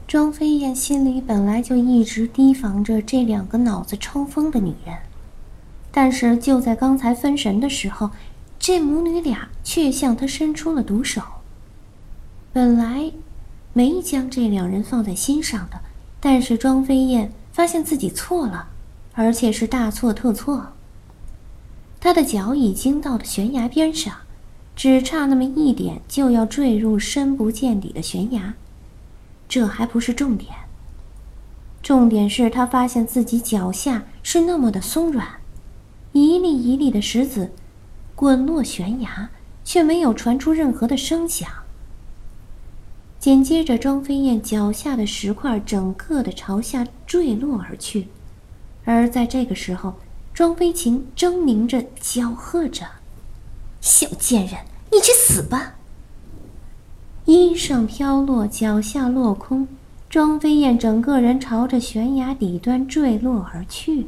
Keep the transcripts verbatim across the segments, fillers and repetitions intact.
庄飞燕心里本来就一直提防着这两个脑子抽风的女人，但是就在刚才分神的时候，这母女俩却向她伸出了毒手。本来没将这两人放在心上的，但是庄飞燕发现自己错了，而且是大错特错。她的脚已经到了悬崖边上，只差那么一点就要坠入深不见底的悬崖。这还不是重点，重点是他发现自己脚下是那么的松软，一粒一粒的石子滚落悬崖，却没有传出任何的声响。紧接着，庄飞燕脚下的石块整个的朝下坠落而去，而在这个时候，庄飞晴狰狞着搅喝着：“小贱人，你去死吧！”衣上飘落，脚下落空，庄飞燕整个人朝着悬崖底端坠落而去。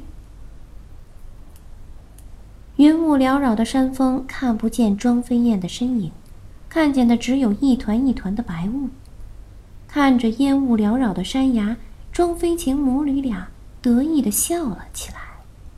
云雾缭绕的山峰看不见庄飞燕的身影，看见的只有一团一团的白雾。看着烟雾缭绕的山崖，庄飞晴母女俩得意地笑了起来。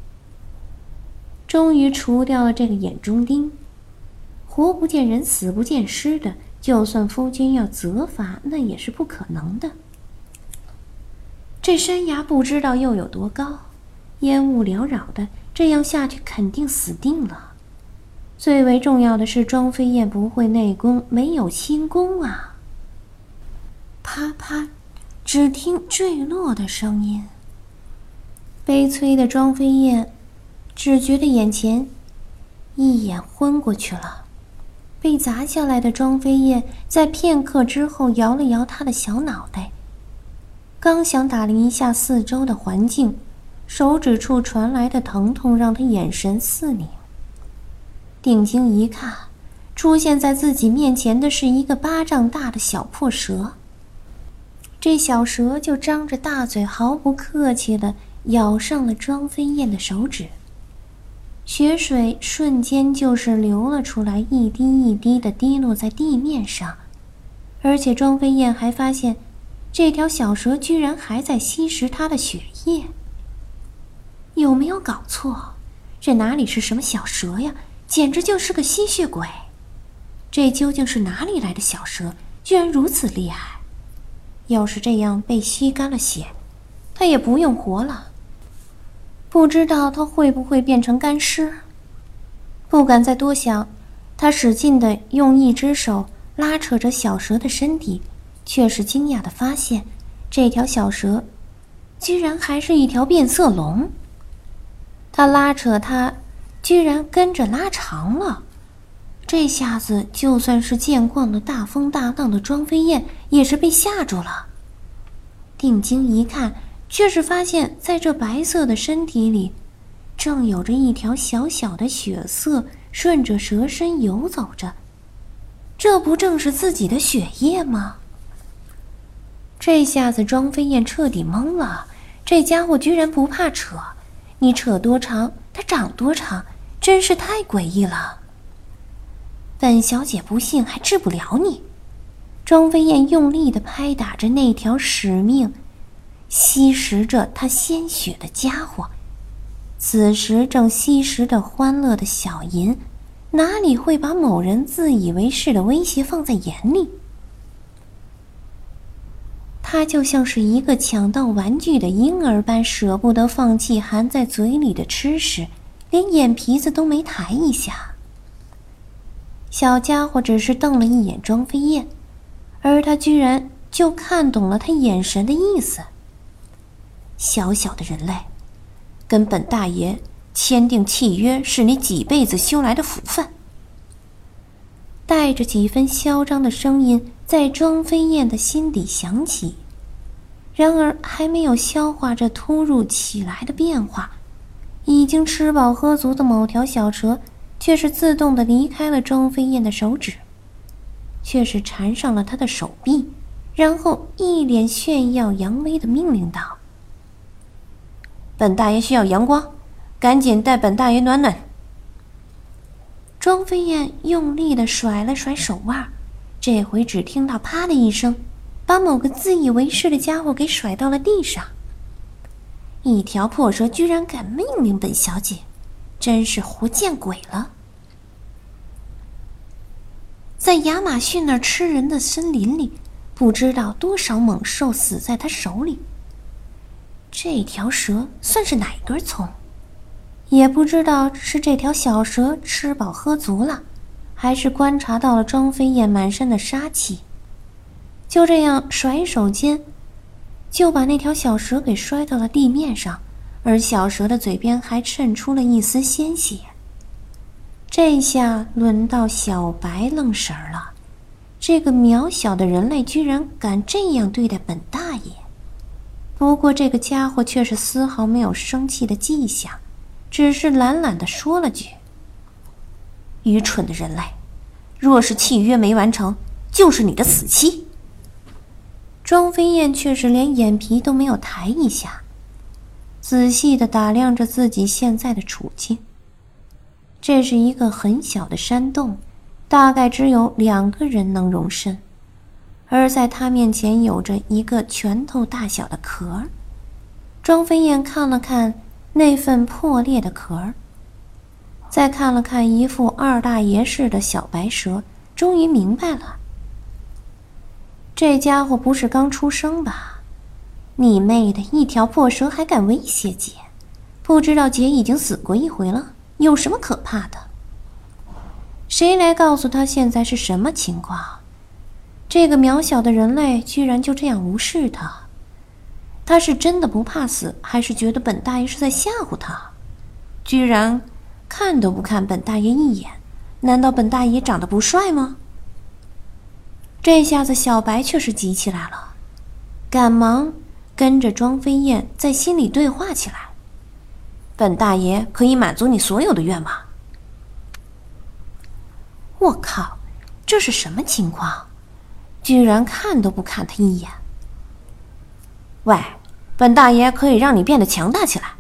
终于除掉了这个眼中钉，活不见人，死不见尸的，就算夫君要责罚，那也是不可能的。这山崖不知道又有多高，烟雾缭绕的，这样下去肯定死定了。最为重要的是，庄飞燕不会内功，没有轻功啊！啪啪，只听坠落的声音。悲催的庄飞燕只觉得眼前一眼昏过去了。被砸下来的庄飞燕在片刻之后摇了摇她的小脑袋，刚想打量一下四周的环境，手指处传来的疼痛让她眼神四凝。定睛一看，出现在自己面前的是一个巴掌大的小破蛇。这小蛇就张着大嘴，毫不客气地咬上了庄飞燕的手指。血水瞬间就是流了出来，一滴一滴的滴落在地面上，而且庄飞燕还发现，这条小蛇居然还在吸食她的血液。有没有搞错？这哪里是什么小蛇呀，简直就是个吸血鬼！这究竟是哪里来的小蛇，居然如此厉害？要是这样被吸干了血，它也不用活了。不知道他会不会变成干尸？不敢再多想，他使劲地用一只手拉扯着小蛇的身体，却是惊讶地发现，这条小蛇居然还是一条变色龙。他拉扯它，居然跟着拉长了。这下子就算是见惯了大风大浪的庄飞燕，也是被吓住了。定睛一看，却是发现在这白色的身体里，正有着一条小小的血色顺着蛇身游走着，这不正是自己的血液吗？这下子庄飞燕彻底懵了，这家伙居然不怕扯，你扯多长，它长多长，真是太诡异了。本小姐不信还治不了你。庄飞燕用力地拍打着那条使命吸食着他鲜血的家伙，此时正吸食着欢乐的小银，哪里会把某人自以为是的威胁放在眼里？他就像是一个抢到玩具的婴儿般，舍不得放弃含在嘴里的吃食，连眼皮子都没抬一下。小家伙只是瞪了一眼庄飞燕，而他居然就看懂了他眼神的意思。小小的人类，跟本大爷签订契约是你几辈子修来的福分。带着几分嚣张的声音在庄飞燕的心底响起，然而还没有消化这突如其来的变化，已经吃饱喝足的某条小蛇却是自动地离开了庄飞燕的手指，却是缠上了他的手臂，然后一脸炫耀扬威地命令道：本大爷需要阳光，赶紧带本大爷暖暖。庄飞燕用力地甩了甩手腕，这回只听到啪的一声， 把某个自以为是的家伙给甩到了地上。一条破蛇居然敢命令本小姐，真是活见鬼了！在亚马逊那儿吃人的森林里，不知道多少猛兽死在他手里。这条蛇算是哪根葱？也不知道是这条小蛇吃饱喝足了，还是观察到了庄飞燕满身的杀气。就这样甩手间，就把那条小蛇给摔到了地面上，而小蛇的嘴边还渗出了一丝鲜血。这下轮到小白愣神儿了，这个渺小的人类居然敢这样对待本大爷。不过这个家伙却是丝毫没有生气的迹象，只是懒懒地说了句：“愚蠢的人类，若是契约没完成，就是你的死期。”庄飞燕却是连眼皮都没有抬一下，仔细地打量着自己现在的处境。这是一个很小的山洞，大概只有两个人能容身，而在他面前有着一个拳头大小的壳。庄飞燕看了看那份破裂的壳，再看了看一副二大爷似的小白蛇，终于明白了。这家伙不是刚出生吧？你妹的，一条破蛇还敢威胁姐？不知道姐已经死过一回了，有什么可怕的？谁来告诉他现在是什么情况？这个渺小的人类居然就这样无视他。他是真的不怕死，还是觉得本大爷是在吓唬他？居然看都不看本大爷一眼，难道本大爷长得不帅吗？这下子小白却是急起来了，赶忙跟着庄飞燕在心里对话起来。本大爷可以满足你所有的愿望。我靠，这是什么情况？居然看都不看他一眼。喂，本大爷可以让你变得强大起来。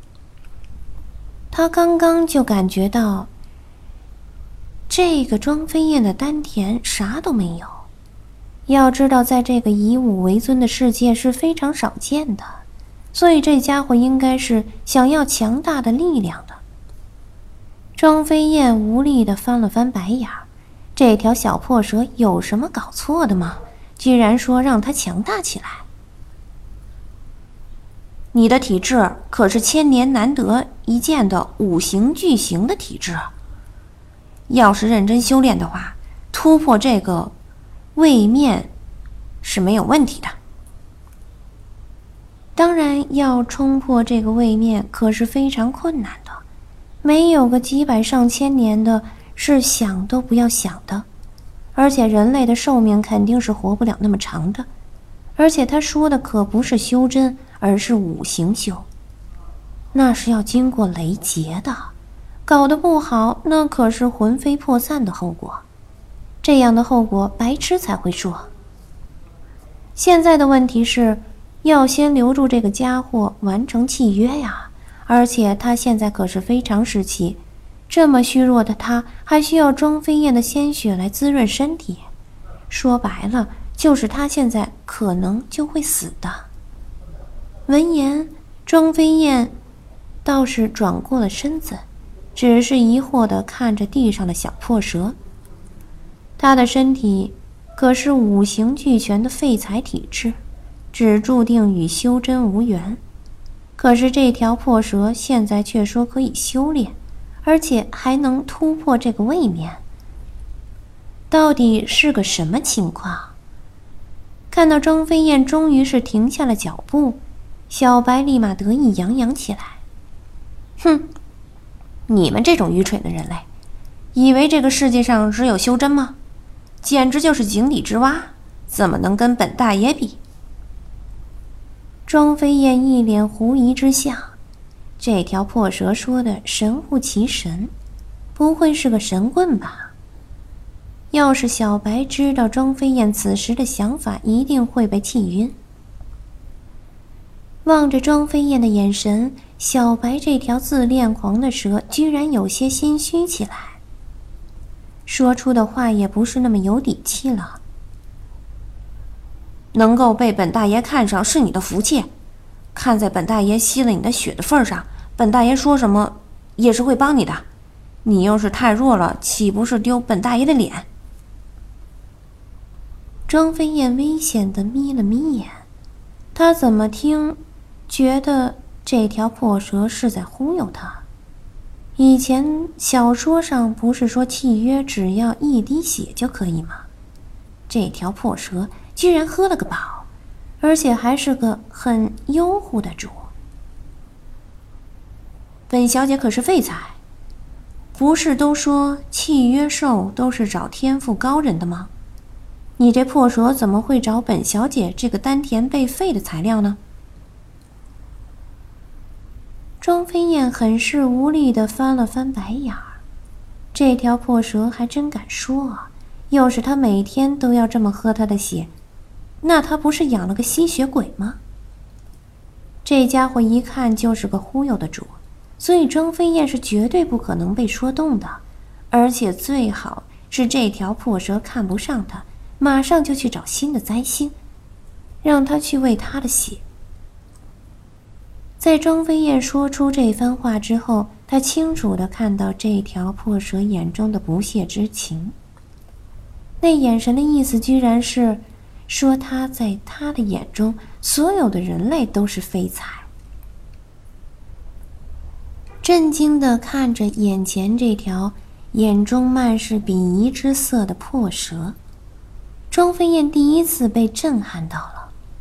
他刚刚就感觉到这个庄飞燕的丹田啥都没有。要知道在这个以武为尊的世界是非常少见的，所以这家伙应该是想要强大的力量的。庄飞燕无力地翻了翻白眼，这条小破蛇有什么搞错的吗？居然说让他强大起来。你的体质可是千年难得一见的五行巨型的体质，要是认真修炼的话，突破这个位面是没有问题的。当然，要冲破这个位面可是非常困难的，没有个几百上千年的是想都不要想的，而且人类的寿命肯定是活不了那么长的。而且他说的可不是修真，而是五行修，那是要经过雷劫的，搞得不好那可是魂飞魄散的后果。这样的后果白痴才会说。现在的问题是要先留住这个家伙完成契约呀，而且他现在可是非常时期，这么虚弱的他还需要庄飞燕的鲜血来滋润身体，说白了就是他现在可能就会死的。闻言，庄飞燕倒是转过了身子，只是疑惑地看着地上的小破蛇。他的身体可是五行俱全的废材体质，只注定与修真无缘。可是这条破蛇现在却说可以修炼，而且还能突破这个位面，到底是个什么情况？看到庄飞燕终于是停下了脚步，小白立马得意洋洋起来。哼，你们这种愚蠢的人类，以为这个世界上只有修真吗？简直就是井底之蛙，怎么能跟本大爷比？庄飞燕一脸狐疑之相，这条破蛇说的神乎其神，不会是个神棍吧？要是小白知道庄飞燕此时的想法，一定会被气晕。望着庄飞燕的眼神，小白这条自恋狂的蛇居然有些心虚起来，说出的话也不是那么有底气了。 能够被本大爷看上是你的福气，看在本大爷吸了你的血的份上，本大爷说什么也是会帮你的。你要是太弱了，岂不是丢本大爷的脸？”庄飞燕危险地眯了眯眼，他怎么听，觉得这条破蛇是在忽悠他。以前小说上不是说契约只要一滴血就可以吗？这条破蛇居然喝了个饱，而且还是个很优乎的主。本小姐可是废材，不是都说契约兽都是找天赋高人的吗？你这破蛇怎么会找本小姐这个丹田被废的材料呢？庄飞燕很是无力地翻了翻白眼儿，这条破蛇还真敢说啊！要是他每天都要这么喝他的血，那他不是养了个吸血鬼吗？这家伙一看就是个忽悠的主，所以庄飞燕是绝对不可能被说动的，而且最好是这条破蛇看不上他，马上就去找新的灾星，让他去喂他的血。在庄飞燕说出这番话之后，他清楚地看到这条破蛇眼中的不屑之情，那眼神的意思居然是说他在他的眼中所有的人类都是废材。震惊地看着眼前这条眼中满是鄙夷之色的破蛇，庄飞燕第一次被震撼到了。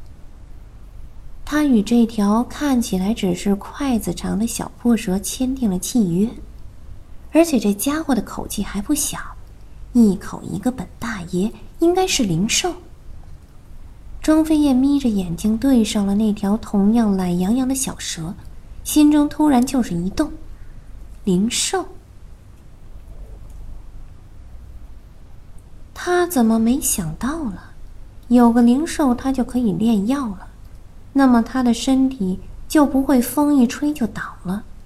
他与这条看起来只是筷子长的小破蛇签订了契约，而且这家伙的口气还不小，一口一个本大爷，应该是灵兽。庄飞燕眯着眼睛对上了那条同样懒洋洋的小蛇，心中突然就是一动，灵兽？他怎么没想到了？有个灵兽，他就可以炼药了。那么他的身体就不会风一吹就倒了。